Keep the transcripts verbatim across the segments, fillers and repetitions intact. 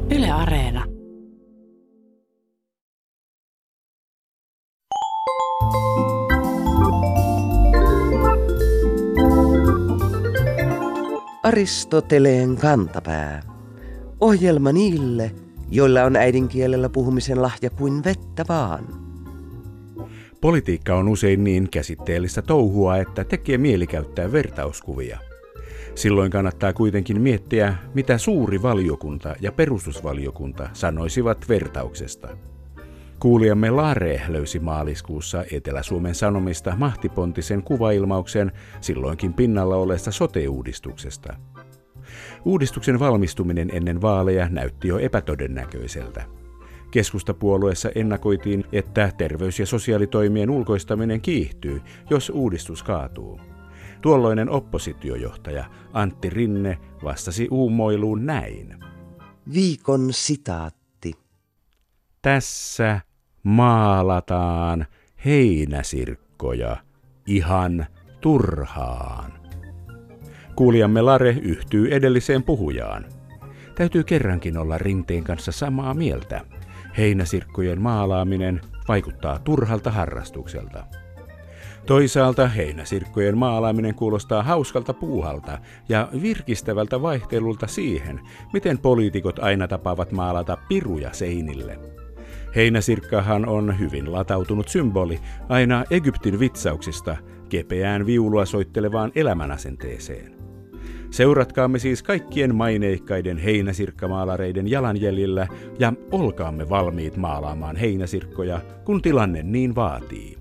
Yle Areena. Aristoteleen kantapää. Ohjelma niille, joilla on äidinkielellä puhumisen lahja kuin vettä vaan. Politiikka on usein niin käsitteellistä touhua, että tekee mieli käyttää vertauskuvia. Silloin kannattaa kuitenkin miettiä, mitä suuri valiokunta ja perustusvaliokunta sanoisivat vertauksesta. Kuulijamme Lare löysi maaliskuussa Etelä-Suomen Sanomista mahtipontisen kuvailmauksen silloinkin pinnalla olleesta sote-uudistuksesta. Uudistuksen valmistuminen ennen vaaleja näytti jo epätodennäköiseltä. Keskustapuolueessa ennakoitiin, että terveys- ja sosiaalitoimien ulkoistaminen kiihtyy, jos uudistus kaatuu. Tuolloinen oppositiojohtaja Antti Rinne vastasi uumoiluun näin. Viikon sitaatti. Tässä maalataan heinäsirkkoja ihan turhaan. Kuulijamme Lare yhtyy edelliseen puhujaan. Täytyy kerrankin olla Rinteen kanssa samaa mieltä. Heinäsirkkojen maalaaminen vaikuttaa turhalta harrastukselta. Toisaalta heinäsirkkojen maalaaminen kuulostaa hauskalta puuhalta ja virkistävältä vaihtelulta siihen, miten poliitikot aina tapaavat maalata piruja seinille. Heinäsirkkahan on hyvin latautunut symboli aina Egyptin vitsauksista kepeään viulua soittelevaan elämänasenteeseen. Seuratkaamme siis kaikkien maineikkaiden heinäsirkkamaalareiden jalanjäljillä ja olkaamme valmiit maalaamaan heinäsirkkoja, kun tilanne niin vaatii.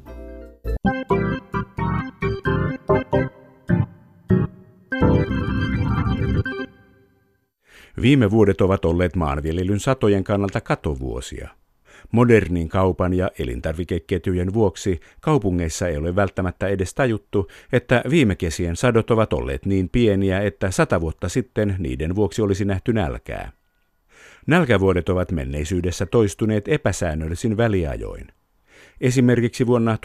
Viime vuodet ovat olleet maanviljelyn satojen kannalta katovuosia. Modernin kaupan ja elintarvikeketjujen vuoksi kaupungeissa ei ole välttämättä edes tajuttu, että viime kesien sadot ovat olleet niin pieniä, että sata vuotta sitten niiden vuoksi olisi nähty nälkää. Nälkävuodet ovat menneisyydessä toistuneet epäsäännöllisin väliajoin. Esimerkiksi vuonna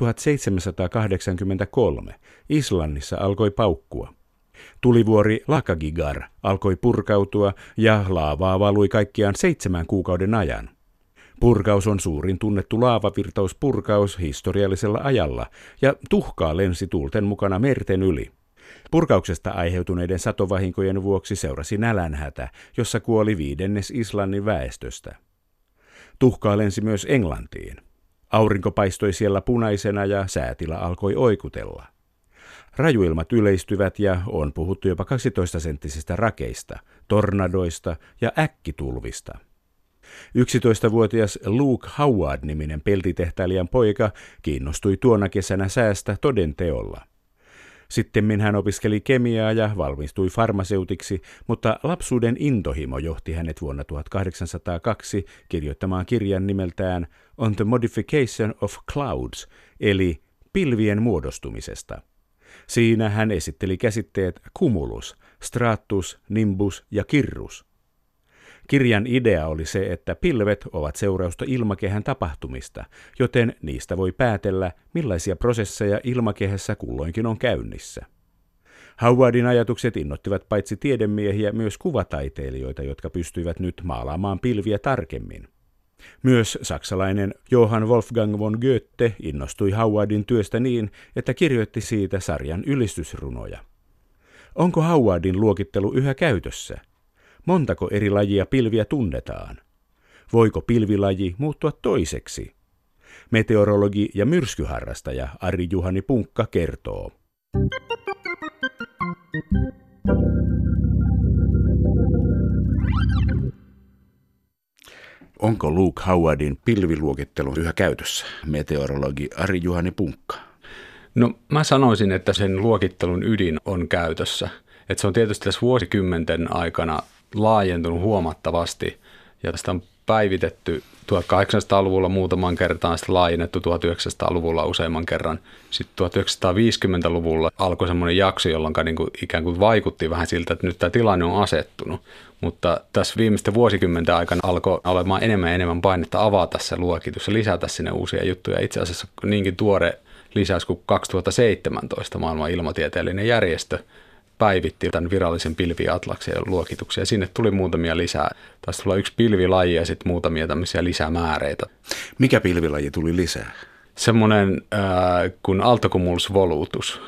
tuhatseitsemänsataakahdeksankymmentäkolme Islannissa alkoi paukkua. Tulivuori Lakagigar alkoi purkautua ja laavaa valui kaikkiaan seitsemän kuukauden ajan. Purkaus on suurin tunnettu laavavirtauspurkaus historiallisella ajalla ja tuhkaa lensi tuulten mukana merten yli. Purkauksesta aiheutuneiden satovahinkojen vuoksi seurasi nälänhätä, jossa kuoli viidennes Islannin väestöstä. Tuhkaa lensi myös Englantiin. Aurinko paistoi siellä punaisena ja säätila alkoi oikutella. Rajuilmat yleistyvät ja on puhuttu jopa kaksitoista-senttisistä rakeista, tornadoista ja äkkitulvista. yksitoistavuotias Luke Howard-niminen peltitehtailijan poika kiinnostui tuona kesänä säästä todenteolla. Sittemmin hän opiskeli kemiaa ja valmistui farmaseutiksi, mutta lapsuuden intohimo johti hänet vuonna tuhatkahdeksansataakaksi kirjoittamaan kirjan nimeltään On the Modification of Clouds, eli pilvien muodostumisesta. Siinä hän esitteli käsitteet cumulus, stratus, nimbus ja cirrus. Kirjan idea oli se, että pilvet ovat seurausta ilmakehän tapahtumista, joten niistä voi päätellä, millaisia prosesseja ilmakehässä kulloinkin on käynnissä. Howardin ajatukset innoittivat paitsi tiedemiehiä myös kuvataiteilijoita, jotka pystyivät nyt maalaamaan pilviä tarkemmin. Myös saksalainen Johann Wolfgang von Goethe innostui Howardin työstä niin, että kirjoitti siitä sarjan ylistysrunoja. Onko Howardin luokittelu yhä käytössä? Montako eri lajia pilviä tunnetaan? Voiko pilvilaji muuttua toiseksi? Meteorologi ja myrskyharrastaja Ari-Juhani Punkka kertoo. Onko Luke Howardin pilviluokittelu yhä käytössä? Meteorologi Ari-Juhani Punkka. No mä sanoisin, että sen luokittelun ydin on käytössä. Että se on tietysti tässä vuosikymmenten aikana laajentunut huomattavasti ja tästä on päivitetty tuhatkahdeksansataaluvulla muutaman kertaan, sitten laajennettu tuhatyhdeksänsataaluvulla useamman kerran. Sitten tuhatyhdeksänsataaviisikymmentäluvulla alkoi semmoinen jakso, jolloin niin kuin ikään kuin vaikutti vähän siltä, että nyt tämä tilanne on asettunut. Mutta tässä viimeisten vuosikymmenten aikana alkoi olemaan enemmän ja enemmän painetta avata se luokitus ja lisätä sinne uusia juttuja. Itse asiassa niinkin tuore lisäys kuin kaksituhattaseitsemäntoista maailman ilmatieteellinen järjestö päivitti tämän virallisen pilviatlaksen luokituksia. Sinne tuli muutamia lisää. Taisi tulla yksi pilvilaji ja sitten muutamia tämmöisiä lisämääreitä. Mikä pilvilaji tuli lisää? Semmoinen äh, kuin Altocumulus volutus.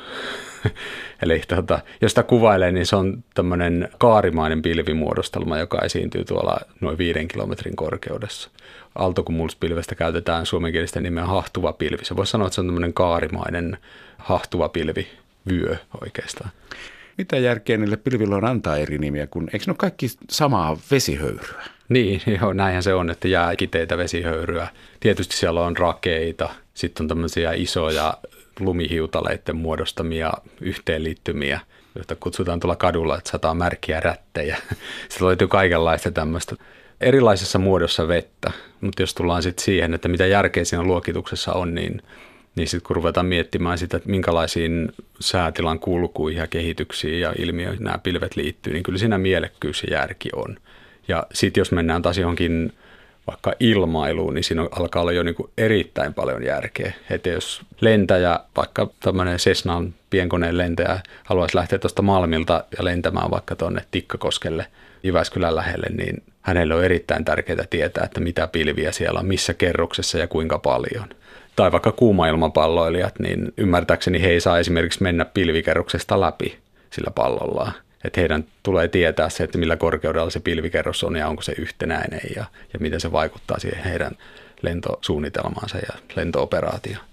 Eli tota, jos sitä kuvailee, niin se on tämmöinen kaarimainen pilvimuodostelma, joka esiintyy tuolla noin viiden kilometrin korkeudessa. Altocumulus-pilvestä käytetään suomenkielistä nimeä hahtuva pilvi. Se voisi sanoa, että se on tämmöinen kaarimainen hahtuva pilvivyö oikeastaan. Mitä järkeä niille pilville on antaa eri nimiä, kun eikö ne ole kaikki samaa vesihöyryä? Niin, joo, näinhän se on, että jääkiteitä vesihöyryä. Tietysti siellä on rakeita, sitten on tämmöisiä isoja lumihiutaleiden muodostamia yhteenliittymiä, joita kutsutaan tuolla kadulla, että sataa märkiä rättejä. Sitten löytyy kaikenlaista tämmöistä erilaisessa muodossa vettä, mutta jos tullaan sitten siihen, että mitä järkeä siinä luokituksessa on, niin, niin sitten kun ruvetaan miettimään sitä, että minkälaisiin säätilan kulkuihin ja kehityksiin ja ilmiöihin nämä pilvet liittyy, niin kyllä siinä mielekkyys ja järki on. Ja sitten jos mennään taas johonkin vaikka ilmailuun, niin siinä alkaa olla jo niin kuin erittäin paljon järkeä. Että jos lentäjä, vaikka tämmöinen Cessnan pienkoneen lentäjä, haluaisi lähteä tuosta Malmilta ja lentämään vaikka tuonne Tikkakoskelle Jyväskylän lähelle, niin hänelle on erittäin tärkeää tietää, että mitä pilviä siellä on, missä kerroksessa ja kuinka paljon. Tai vaikka kuumailmapalloilijat, niin ymmärtääkseni he ei saa esimerkiksi mennä pilvikerroksesta läpi sillä pallollaan. Että heidän tulee tietää se, että millä korkeudella se pilvikerros on ja onko se yhtenäinen ja, ja miten se vaikuttaa siihen heidän lentosuunnitelmaansa ja lentooperaatioon.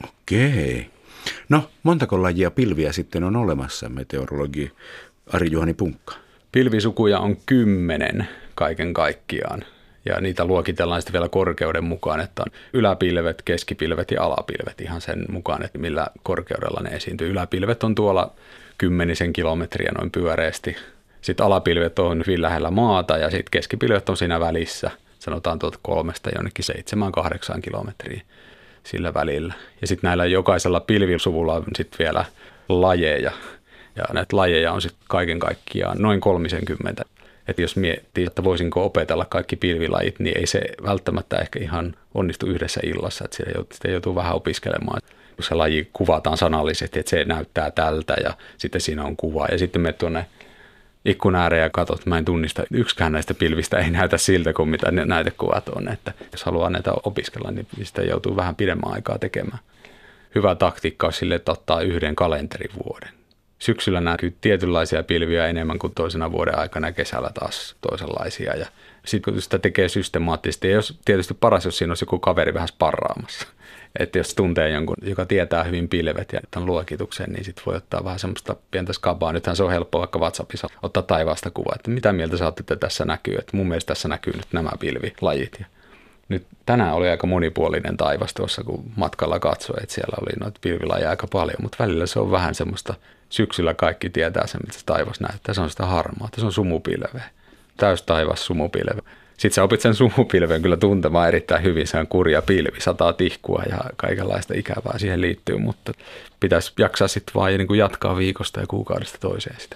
Okei. No, montako lajia pilviä sitten on olemassa, meteorologi Ari-Juhani Punkka? Pilvisukuja on kymmenen kaiken kaikkiaan. Ja niitä luokitellaan sitten vielä korkeuden mukaan, että on yläpilvet, keskipilvet ja alapilvet ihan sen mukaan, että millä korkeudella ne esiintyy. Yläpilvet on tuolla kymmenisen kilometriä noin pyöreästi. Sitten alapilvet on hyvin lähellä maata ja sitten keskipilvet on siinä välissä. Sanotaan tuolta kolmesta jonnekin seitsemään, kahdeksaan kilometriä sillä välillä. Ja sitten näillä jokaisella pilvisuvulla on sitten vielä lajeja. Ja näitä lajeja on sitten kaiken kaikkiaan noin kolmekymmentä. Että jos miettii, että voisinko opetella kaikki pilvilajit, niin ei se välttämättä ehkä ihan onnistu yhdessä illassa. Että sitä joutuu vähän opiskelemaan. Kun se laji kuvataan sanallisesti, että se näyttää tältä ja sitten siinä on kuva. Ja sitten me tuonne ikkuna ääreen ja katsot, että mä en tunnista, yksikään näistä pilvistä ei näytä siltä kuin mitä ne näytekuvat on. Että jos haluaa näitä opiskella, niin sitä joutuu vähän pidemmän aikaa tekemään. Hyvä taktiikka on sille, että ottaa yhden kalenterivuoden. Syksyllä näkyy tietynlaisia pilviä enemmän kuin toisena vuoden aikana ja kesällä taas toisenlaisia. Ja sitten kun sitä tekee systemaattisesti, ja jos, tietysti paras, jos siinä olisi joku kaveri vähän sparraamassa. Että jos tuntee jonkun, joka tietää hyvin pilvet ja tämän luokituksen, niin sitten voi ottaa vähän semmoista pientä skabaa. Nythän se on helppo vaikka WhatsAppissa ottaa taivaasta kuva, että mitä mieltä sä olette, että tässä näkyy. Että mun mielestä tässä näkyy nyt nämä pilvilajit. Ja nyt tänään oli aika monipuolinen taivas tuossa, kun matkalla katsoi, että siellä oli noita pilvilajia aika paljon. Mutta välillä se on vähän semmoista, syksyllä kaikki tietää sen, mitä se taivas näyttää. Se on sitä harmaa, se on sumupilveä. Täys taivas sumupilveä. Sitten sä opit sen sumupilven kyllä tuntemaan erittäin hyvin, se on kurja pilvi, sataa tihkua ja kaikenlaista ikävää siihen liittyy, mutta pitäisi jaksaa sitten vaan niin kuin jatkaa viikosta ja kuukaudesta toiseen sitä.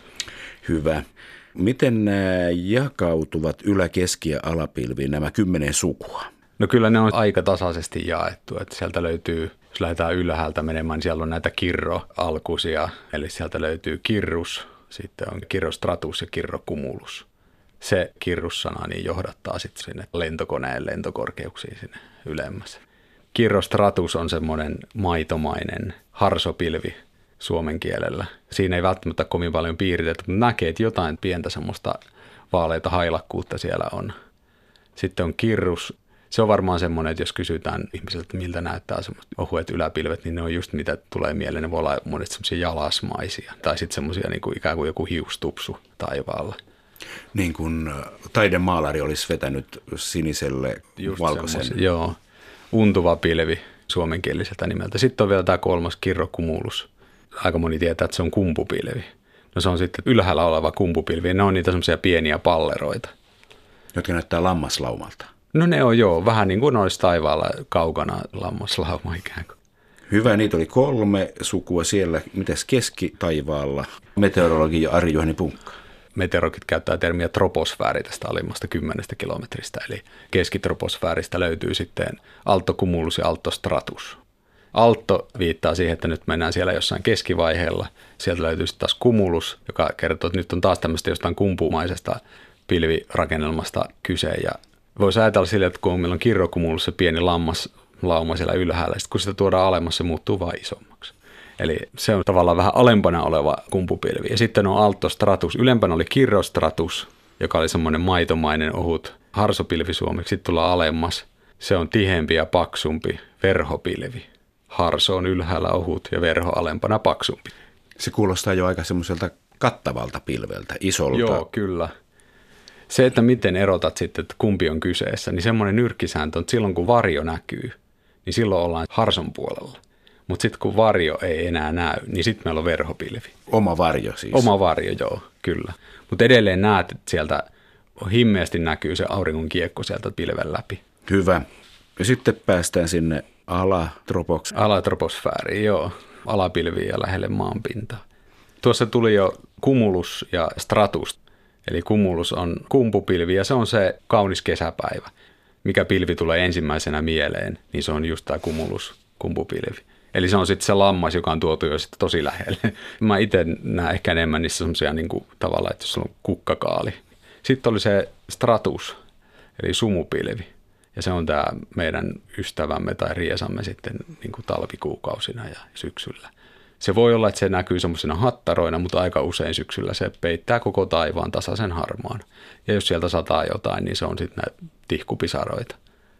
Hyvä. Miten nämä jakautuvat ylä-, keski- ja alapilviin nämä kymmenen sukua? No kyllä ne on aika tasaisesti jaettu, että sieltä löytyy, jos lähdetään ylhäältä menemään, niin siellä on näitä kirroalkuisia, eli sieltä löytyy kirrus, sitten on kirrostratus ja kirrocumulus. Se kirrussana niin johdattaa sitten sinne lentokoneen lentokorkeuksiin sinne ylemmässä. Kirrostratus on semmoinen maitomainen harsopilvi suomen kielellä. Siinä ei välttämättä kovin paljon piirteitä, mutta näkee, että jotain pientä semmoista vaaleita hailakkuutta siellä on. Sitten on kirrus. Se on varmaan semmoinen, että jos kysytään ihmisiltä, että miltä näyttää semmoiset ohuet yläpilvet, niin ne on just mitä tulee mieleen. Ne voi olla monet semmoisia jalasmaisia tai sitten semmoisia niin kuin ikään kuin joku hiustupsu taivaalla. Niin kuin taidemaalari olisi vetänyt siniselle just valkoisen. Joo, untuva pilvi suomenkieliseltä nimeltä. Sitten on vielä tämä kolmas kirrocumulus. Aika moni tietää, että se on kumpupilvi. No se on sitten ylhäällä oleva kumpupilvi. Ne on niitä semmoisia pieniä palleroita. Jotka näyttää lammaslaumalta. No ne on joo, vähän niin kuin olisi taivaalla kaukana lammaslauma ikään kuin. Hyvä, niitä oli kolme sukua siellä. Mitäs keskitaivaalla? Meteorologi Ari-Juhani Punkka. Meteorologit käyttää termiä troposfääri tästä alimmasta kymmenestä kilometristä, eli keskitroposfääristä löytyy sitten Altocumulus ja Altostratus. Aalto viittaa siihen, että nyt mennään siellä jossain keskivaiheella. Sieltä löytyy sitten taas cumulus, joka kertoo, että nyt on taas tämmöistä jostain kumpumaisesta pilvirakennelmasta kyse. Ja voisi ajatella sille, että kun meillä on kirrocumulus, se pieni lammaslauma siellä ylhäällä, sitten kun sitä tuodaan alemmas, se muuttuu vain isommaksi. Eli se on tavallaan vähän alempana oleva kumpupilvi. Ja sitten on aaltostratus. Ylempänä oli kirrostratus, joka oli semmoinen maitomainen ohut harsopilvi suomeksi. Sitten tullaan alemmas. Se on tiheämpi ja paksumpi verhopilvi. Harso on ylhäällä ohut ja verho alempana paksumpi. Se kuulostaa jo aika semmoiselta kattavalta pilveltä, isolta. Joo, kyllä. Se, että miten erotat sitten, että kumpi on kyseessä, niin semmoinen nyrkkisääntö on, että silloin kun varjo näkyy, niin silloin ollaan harson puolella. Mutta sitten kun varjo ei enää näy, niin sitten meillä on verhopilvi. Oma varjo siis. Oma varjo, joo, kyllä. Mutta edelleen näet, että sieltä himmeästi näkyy se auringon kiekko sieltä pilven läpi. Hyvä. Ja sitten päästään sinne alatropoksi. Alatroposfääriin, joo. Alapilviin ja lähelle maanpintaa. Tuossa tuli jo cumulus ja stratus. Eli cumulus on kumpupilvi ja se on se kaunis kesäpäivä. Mikä pilvi tulee ensimmäisenä mieleen, niin se on just tämä cumulus, kumpupilvi. Eli se on sitten se lammas, joka on tuotu jo sitten tosi lähelle. Mä itse näen ehkä enemmän niissä semmoisia niin kuin tavallaan, että jos on kukkakaali. Sitten oli se stratus, eli sumupilvi. Ja se on tämä meidän ystävämme tai riesamme sitten niin kuin talvikuukausina ja syksyllä. Se voi olla, että se näkyy semmoisena hattaroina, mutta aika usein syksyllä se peittää koko taivaan tasaisen harmaan. Ja jos sieltä sataa jotain, niin se on sitten näitä tihkupisaroita.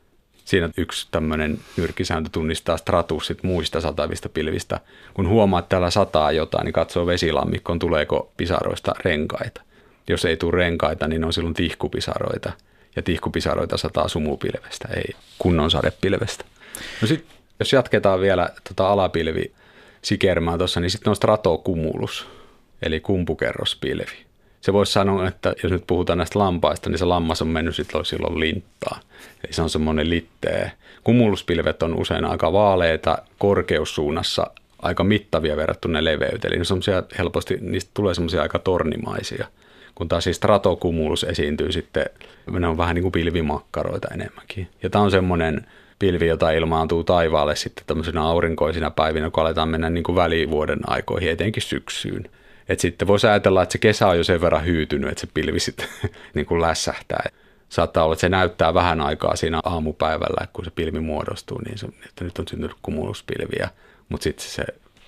Siinä yksi tämmöinen nyrkkisääntö tunnistaa stratus sit muista satavista pilvistä. Kun huomaa, että täällä sataa jotain, niin katsoo vesilammikkoon, tuleeko pisaroista renkaita. Jos ei tule renkaita, niin on silloin tihkupisaroita. Ja tihkupisaroita sataa sumupilvestä, ei kunnon sadepilvestä. No sitten, jos jatketaan vielä tota alapilvi sikermää tuossa, niin sitten on stratocumulus, eli kumpukerrospilvi. Se voisi sanoa, että jos nyt puhutaan näistä lampaista, niin se lammas on mennyt sitten silloin linttaa. Eli se on semmoinen litteä. Kumuluspilvet on usein aika vaaleita korkeussuunnassa, aika mittavia verrattuna leveyteen. Eli ne helposti, niistä tulee semmoisia aika tornimaisia. Kun taas siis stratocumulus esiintyy sitten, ne on vähän niin kuin pilvimakkaroita enemmänkin. Ja tämä on semmoinen pilvi, jota ilmaantuu taivaalle sitten tämmöisenä aurinkoisina päivinä, kun aletaan mennä niin kuin välivuoden aikoihin, etenkin syksyyn. Että sitten voisi ajatella, että se kesä on jo sen verran hyytynyt, että se pilvi sitten niin kuin lässähtää. Saattaa olla, että se näyttää vähän aikaa siinä aamupäivällä, kun se pilvi muodostuu, niin se, että nyt on syntynyt kumuluspilviä, mutta sitten se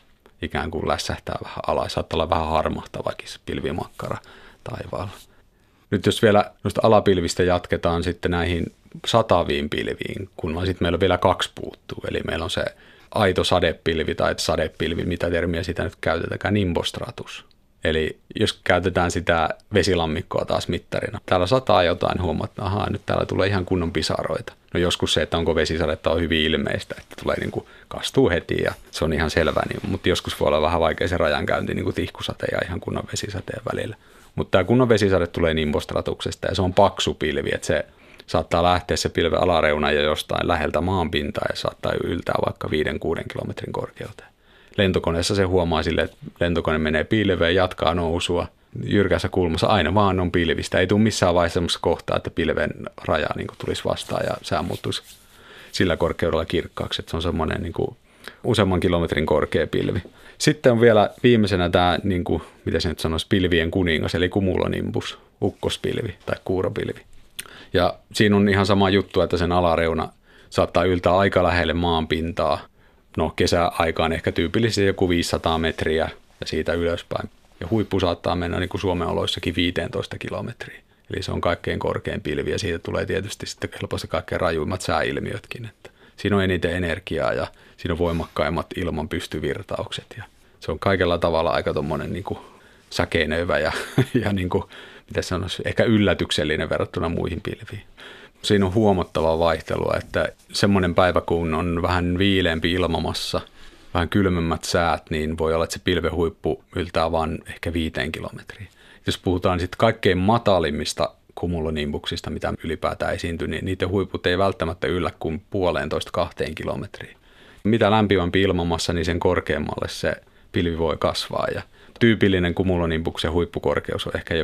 ikään kuin lässähtää vähän alas. Saattaa olla vähän harmahtavakin se pilvimakkara taivaalla. Nyt jos vielä noista alapilvistä jatketaan sitten näihin sataviin pilviin, kun sitten meillä on vielä kaksi puuttuu. Eli meillä on se aito sadepilvi tai sadepilvi, mitä termiä sitä nyt käytetään, nimbostratus. Eli jos käytetään sitä vesilammikkoa taas mittarina. Täällä sataa jotain, huomaat, että ahaa, nyt täällä tulee ihan kunnon pisaroita. No joskus se, että onko vesisadetta, on hyvin ilmeistä, että tulee niin kuin kastuu heti ja se on ihan selvä. Niin, mutta joskus voi olla vähän vaikea se rajankäynti niin kuin tihkusateen ja ihan kunnon vesisateen välillä. Mutta tämä kunnon vesisade tulee nimbostratuksesta ja se on paksu pilvi, että se saattaa lähteä se pilven alareuna ja jostain läheltä maanpintaa ja saattaa yltää vaikka viiden kuuden kilometrin korkeuteen. Lentokoneessa se huomaa sille, että lentokone menee pilveen, jatkaa nousua. Jyrkässä kulmassa aina vaan on pilvistä. Ei tule missään vaiheessa semmoista kohtaa, että pilven raja niin kuin tulisi vastaan ja sää muuttuisi sillä korkeudella kirkkaaksi. Että se on semmoinen niin kuin useamman kilometrin korkea pilvi. Sitten on vielä viimeisenä tämä, niin kuin, miten se nyt sanoisi, pilvien kuningas, eli cumulonimbus, ukkospilvi tai kuuropilvi. Ja siinä on ihan sama juttu, että sen alareuna saattaa yltää aika lähelle maanpintaa. No kesäaikaan ehkä tyypillisesti joku viisisataa metriä ja siitä ylöspäin. Ja huippu saattaa mennä niin kuin Suomen oloissakin viisitoista kilometriä. Eli se on kaikkein korkein pilvi ja siitä tulee tietysti sitten helposti kaikkein rajuimmat sääilmiötkin. Että siinä on eniten energiaa ja siinä on voimakkaimmat ilman pystyvirtaukset. Ja se on kaikella tavalla aika tommoinen niin kuin säkeinöivä ja, ja niin kuin, mitä sanoisi, ehkä yllätyksellinen verrattuna muihin pilviin. Siinä on huomattavaa vaihtelua, että semmoinen päivä, kun on vähän viileämpi ilmamassa, vähän kylmemmät säät, niin voi olla, että se pilven huippu yltää vain ehkä viiteen kilometriin. Jos puhutaan sitten kaikkein matalimmista cumulonimbuksista, mitä ylipäätään esiintyy, niin niiden huiput ei välttämättä yllä kuin puolentoista kahteen kilometriin. Mitä lämpimämpi ilmamassa, niin sen korkeammalle se pilvi voi kasvaa. Ja tyypillinen cumulonimbuksen huippukorkeus on ehkä joku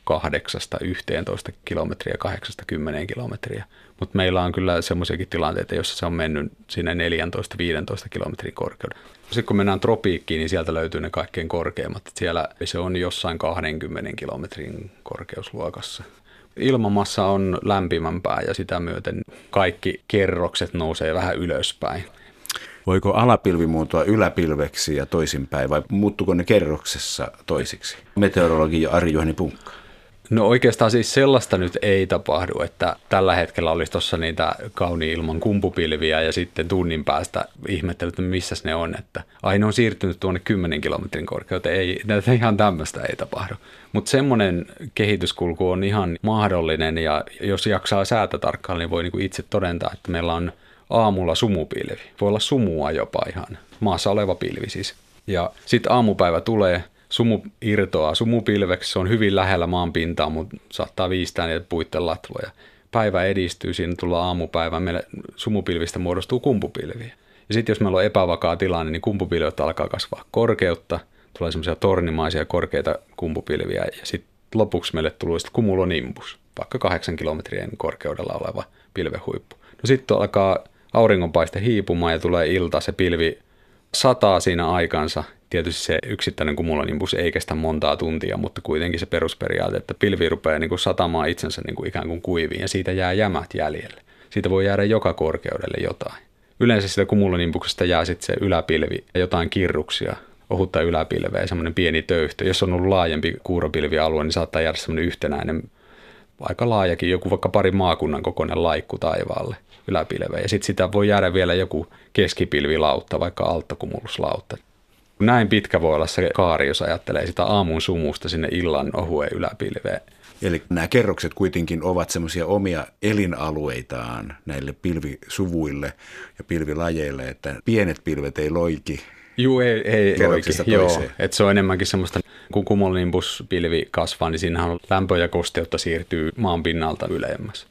kahdeksasta yhteentoista kilometriä, kahdeksasta kymmeneen kilometriä. Mutta meillä on kyllä semmoisiakin tilanteita, joissa se on mennyt sinne neljätoista viisitoista kilometrin korkeuden. Sitten kun mennään tropiikkiin, niin sieltä löytyy ne kaikkein korkeimmat. Siellä se on jossain kaksikymmentä kilometrin korkeusluokassa. Ilmamassa on lämpimämpää ja sitä myöten kaikki kerrokset nousee vähän ylöspäin. Voiko alapilvi muuntua yläpilveksi ja toisinpäin vai muuttuuko ne kerroksessa toisiksi? Meteorologi Ari Juhani Punkka. No oikeastaan siis sellaista nyt ei tapahdu, että tällä hetkellä olisi tuossa niitä kauniin ilman kumpupilviä ja sitten tunnin päästä ihmettelyt, että missäs ne on, että ai ne on siirtynyt tuonne kymmenen kilometrin korkeuteen, ei, ihan tämmöistä ei tapahdu. Mutta semmoinen kehityskulku on ihan mahdollinen ja jos jaksaa säätä tarkkaan, niin voi niinku itse todentaa, että meillä on aamulla sumupilvi. Voi olla sumua jopa ihan, maassa oleva pilvi siis. Ja sitten aamupäivä tulee, sumu irtoaa sumupilveksi, se on hyvin lähellä maan pintaa, mutta saattaa viistää niitä puitten latvoja. Päivä edistyy, siinä tullaan aamupäivä, meille sumupilvistä muodostuu kumpupilviä. Ja sitten jos meillä on epävakaa tilanne, niin kumpupilvet alkaa kasvaa korkeutta, tulee semmoisia tornimaisia korkeita kumpupilviä ja sitten lopuksi meille tulee sitten cumulonimbus, vaikka kahdeksan kilometrien korkeudella oleva pilvehuippu. No sitten alkaa auringonpaiste hiipumaan ja tulee ilta, se pilvi sataa siinä aikansa. Tietysti se yksittäinen cumulonimbus ei kestä montaa tuntia, mutta kuitenkin se perusperiaate, että pilvi rupeaa niin kuin satamaan itsensä niin kuin ikään kuin kuiviin ja siitä jää jämät jäljelle. Siitä voi jäädä joka korkeudelle jotain. Yleensä sitä cumulonimbuksesta jää sitten se yläpilvi ja jotain kirruksia, ohutta yläpilveä ja semmoinen pieni töyhtö. Jos on ollut laajempi kuuropilvialue, niin saattaa jäädä semmoinen yhtenäinen, aika laajakin, joku vaikka pari maakunnan kokoinen laikku taivaalle yläpilveä. Ja sitten sitä voi jäädä vielä joku keskipilvilautta, vaikka alttokumulouslautta. Näin pitkä voi olla se kaari, jos ajattelee sitä aamun sumusta sinne illan ohueen yläpilveen. Eli nämä kerrokset kuitenkin ovat semmoisia omia elinalueitaan näille pilvisuvuille ja pilvilajeille, että pienet pilvet ei loiki. Juu, ei, ei kerroksesta loiki. toiseen. Joo, että se on enemmänkin semmoista, kun cumulonimbuspilvi kasvaa, niin siinähän on lämpö ja kosteutta siirtyy maan pinnalta ylemmäs.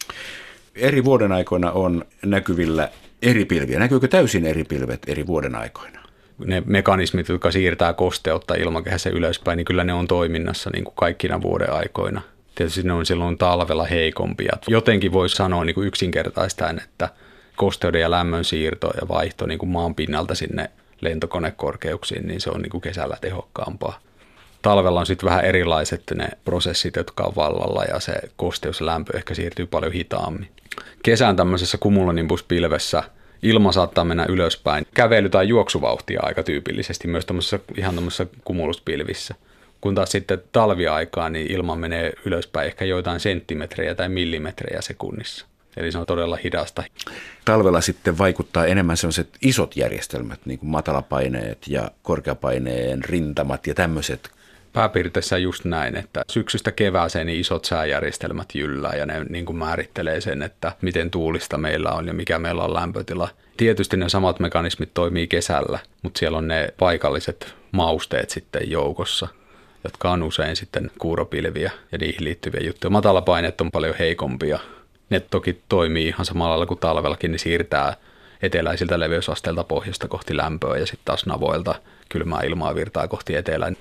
Eri vuoden aikoina on näkyvillä eri pilviä. Näkyykö täysin eri pilvet eri vuoden aikoina? Ne mekanismit, jotka siirtää kosteutta ilmakehässä ylöspäin, niin kyllä ne on toiminnassa niin kuin kaikkina vuoden aikoina. Tietysti ne on silloin talvella heikompia. Jotenkin voisi sanoa niin kuin yksinkertaistaen, että kosteuden ja lämmön siirto ja vaihto niin kuin maan pinnalta sinne lentokonekorkeuksiin, niin se on niin kuin kesällä tehokkaampaa. Talvella on sitten vähän erilaiset ne prosessit, jotka on vallalla ja se kosteus ja lämpö ehkä siirtyy paljon hitaammin. Kesän tämmöisessä cumulonimbuspilvessä ilma saattaa mennä ylöspäin. Kävely- tai juoksuvauhtia aika tyypillisesti myös tämmöisessä, ihan tämmöisessä cumuluspilvissä. Kun taas sitten talviaikaa, niin ilma menee ylöspäin ehkä joitain senttimetrejä tai millimetrejä sekunnissa. Eli se on todella hidasta. Talvella sitten vaikuttaa enemmän sellaiset isot järjestelmät, niin kuin matalapaineet ja korkeapaineen rintamat ja tämmöiset. Pääpiirteessä just näin, että syksystä kevääseen niin isot sääjärjestelmät jyllää ja ne niin kuin määrittelee sen, että miten tuulista meillä on ja mikä meillä on lämpötila. Tietysti ne samat mekanismit toimii kesällä, mutta siellä on ne paikalliset mausteet sitten joukossa, jotka on usein sitten kuuropilviä ja niihin liittyviä juttuja. Matalapaineet on paljon heikompia. Ne toki toimii ihan samalla lailla kuin talvellakin, niin siirtää eteläisiltä leveysasteilta pohjoista kohti lämpöä ja sitten taas navoilta kylmää ilmaa virtaa kohti etelään.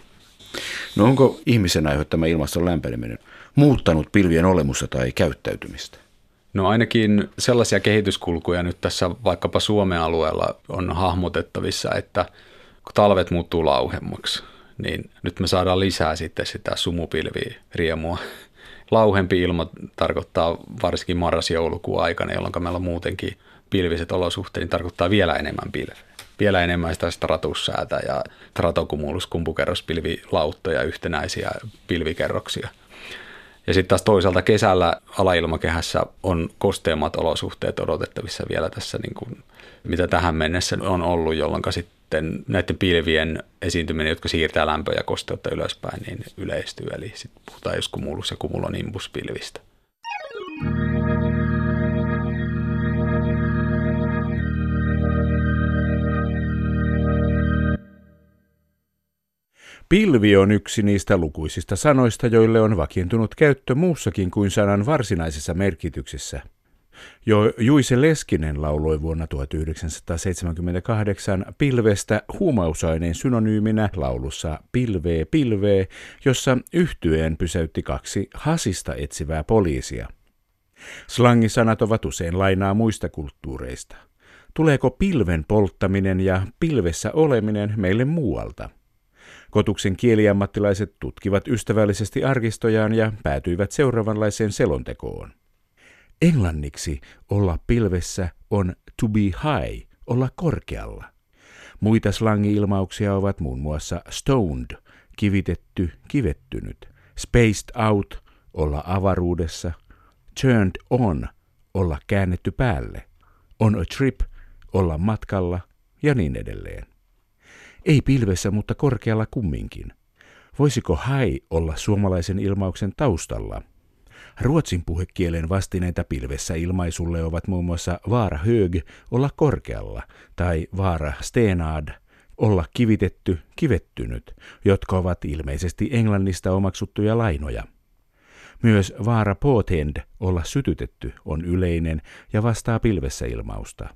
No onko ihmisen aiheuttama ilmaston lämpeneminen muuttanut pilvien olemusta tai käyttäytymistä? No ainakin sellaisia kehityskulkuja nyt tässä vaikkapa Suomen alueella on hahmotettavissa, että kun talvet muuttuu lauhemmaksi, niin nyt me saadaan lisää sitten sitä sumupilviriemua. Lauhempi ilma tarkoittaa varsinkin marras-joulukuun aikana, jolloin meillä on muutenkin pilviset olosuhteet, niin tarkoittaa vielä enemmän pilveä. Vielä enemmän sitä stratussäätä ja stratocumulus, kumpukerrospilvilauttoja, yhtenäisiä pilvikerroksia. Ja sitten taas toisaalta kesällä alailmakehässä on kosteammat olosuhteet odotettavissa vielä tässä, niin kuin, mitä tähän mennessä on ollut, jolloin sitten näiden pilvien esiintyminen, jotka siirtää lämpöä ja kosteutta ylöspäin, niin yleistyy. Eli sitten puhutaan just cumulus- ja cumulonimbuspilvistä. Pilvi on yksi niistä lukuisista sanoista, joille on vakiintunut käyttö muussakin kuin sanan varsinaisessa merkityksessä. Jo Juise Leskinen lauloi vuonna tuhatyhdeksänsataaseitsemänkymmentäkahdeksan pilvestä huumausaineen synonyyminä laulussa Pilvee pilvee, jossa yhtyeen pysäytti kaksi hasista etsivää poliisia. Slangisanat ovat usein lainaa muista kulttuureista. Tuleeko pilven polttaminen ja pilvessä oleminen meille muualta? Kotuksen kieliammattilaiset tutkivat ystävällisesti arkistojaan ja päätyivät seuraavanlaiseen selontekoon. Englanniksi olla pilvessä on to be high, olla korkealla. Muita slangi-ilmauksia ovat muun muassa stoned, kivitetty, kivettynyt, spaced out, olla avaruudessa, turned on, olla käännetty päälle, on a trip, olla matkalla ja niin edelleen. Ei pilvessä, mutta korkealla kumminkin. Voisiko high olla suomalaisen ilmauksen taustalla? Ruotsin puhekielen vastineita pilvessä ilmaisulle ovat muun muassa vara hög, olla korkealla, tai vara stenad, olla kivitetty, kivettynyt, jotka ovat ilmeisesti englannista omaksuttuja lainoja. Myös vara påtänd, olla sytytetty, on yleinen ja vastaa pilvessä ilmausta.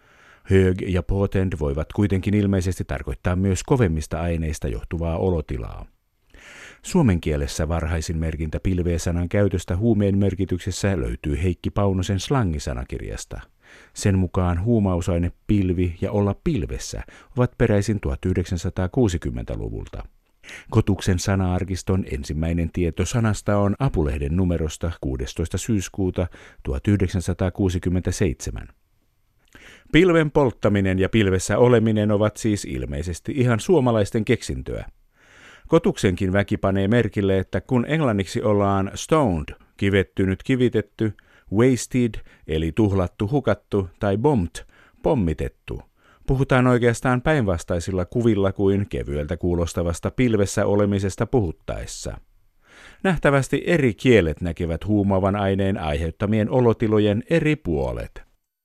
Hög ja påtänd voivat kuitenkin ilmeisesti tarkoittaa myös kovemmista aineista johtuvaa olotilaa. Suomen kielessä varhaisin merkintä pilveä-sanan käytöstä huumeen merkityksessä löytyy Heikki Paunosen slangisanakirjasta. Sen mukaan huumausaine, pilvi ja olla pilvessä ovat peräisin tuhatyhdeksänsataakuusikymmentäluvulta. Kotuksen sana-arkiston ensimmäinen tieto sanasta on Apulehden numerosta kuudestoista syyskuuta tuhatyhdeksänsataakuusikymmentäseitsemän. Pilven polttaminen ja pilvessä oleminen ovat siis ilmeisesti ihan suomalaisten keksintöä. Kotuksenkin väki panee merkille, että kun englanniksi ollaan stoned, kivettynyt, kivitetty, wasted, eli tuhlattu, hukattu, tai bombed, pommitettu, puhutaan oikeastaan päinvastaisilla kuvilla kuin kevyeltä kuulostavasta pilvessä olemisesta puhuttaessa. Nähtävästi eri kielet näkevät huumaavan aineen aiheuttamien olotilojen eri puolet.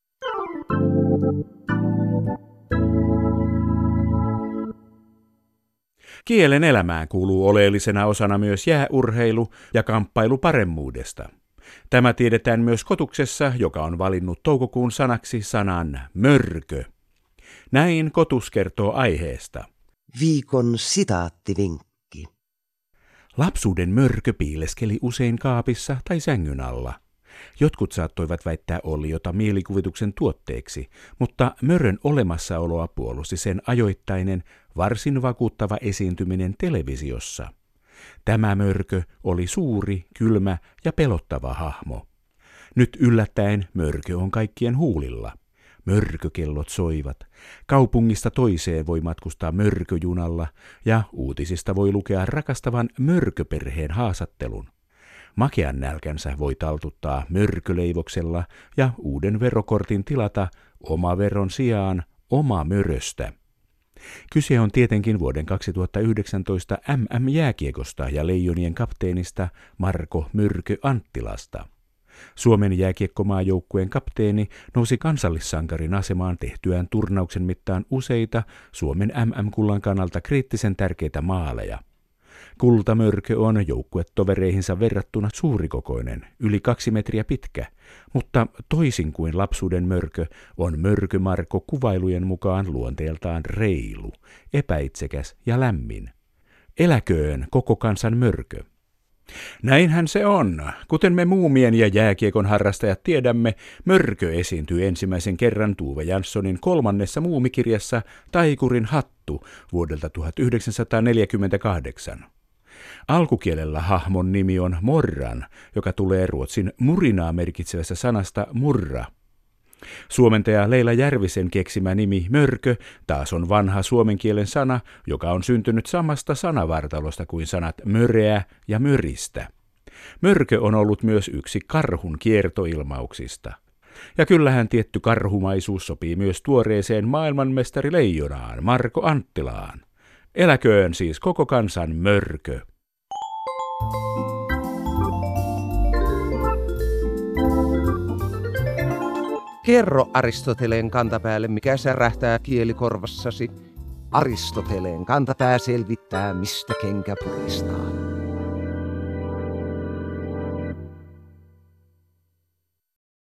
Kielen elämään kuuluu oleellisena osana myös jääurheilu ja kamppailu paremmuudesta. Tämä tiedetään myös Kotuksessa, joka on valinnut toukokuun sanaksi sanan mörkö. Näin Kotus kertoo aiheesta. Viikon sitaattivinkki. Lapsuuden mörkö piileskeli usein kaapissa tai sängyn alla. Jotkut saattoivat väittää olliota mielikuvituksen tuotteeksi, mutta mörön olemassaoloa puolusti sen ajoittainen, varsin vakuuttava esiintyminen televisiossa. Tämä mörkö oli suuri, kylmä ja pelottava hahmo. Nyt yllättäen mörkö on kaikkien huulilla. Mörkökellot soivat. Kaupungista toiseen voi matkustaa mörköjunalla ja uutisista voi lukea rakastavan mörköperheen haastattelun. Makean nälkänsä voi taltuttaa mörköleivoksella ja uuden verokortin tilata oma veron sijaan oma möröstä. Kyse on tietenkin vuoden kaksituhattayhdeksäntoista M M-jääkiekosta ja Leijonien kapteenista Marko Mörkö Anttilasta. Suomen jääkiekkomaajoukkueen kapteeni nousi kansallissankarin asemaan tehtyään turnauksen mittaan useita Suomen M M-kullan kannalta kriittisen tärkeitä maaleja. Kultamörkö on joukkuetovereihinsa verrattuna suurikokoinen, yli kaksi metriä pitkä, mutta toisin kuin lapsuuden mörkö on Mörkö Marko kuvailujen mukaan luonteeltaan reilu, epäitsekäs ja lämmin. Eläköön koko kansan mörkö. Näinhän se on. Kuten me muumien ja jääkiekon harrastajat tiedämme, mörkö esiintyy ensimmäisen kerran Tuve Janssonin kolmannessa muumikirjassa Taikurin hattu vuodelta tuhatyhdeksänsataaneljäkymmentäkahdeksan. Alkukielellä hahmon nimi on Morran, joka tulee ruotsin murinaa merkitsevästä sanasta murra. Suomentaja Leila Järvisen keksimä nimi mörkö taas on vanha suomen kielen sana, joka on syntynyt samasta sanavartalosta kuin sanat möreä ja möristä. Mörkö on ollut myös yksi karhun kiertoilmauksista. Ja kyllähän tietty karhumaisuus sopii myös tuoreeseen maailmanmestarileijonaan Marko Anttilaan. Eläköön siis koko kansan mörkö. Kerro Aristoteleen kantapäälle, mikä särähtää kielikorvassasi. Aristoteleen kantapää selvittää, mistä kenkä puristaa.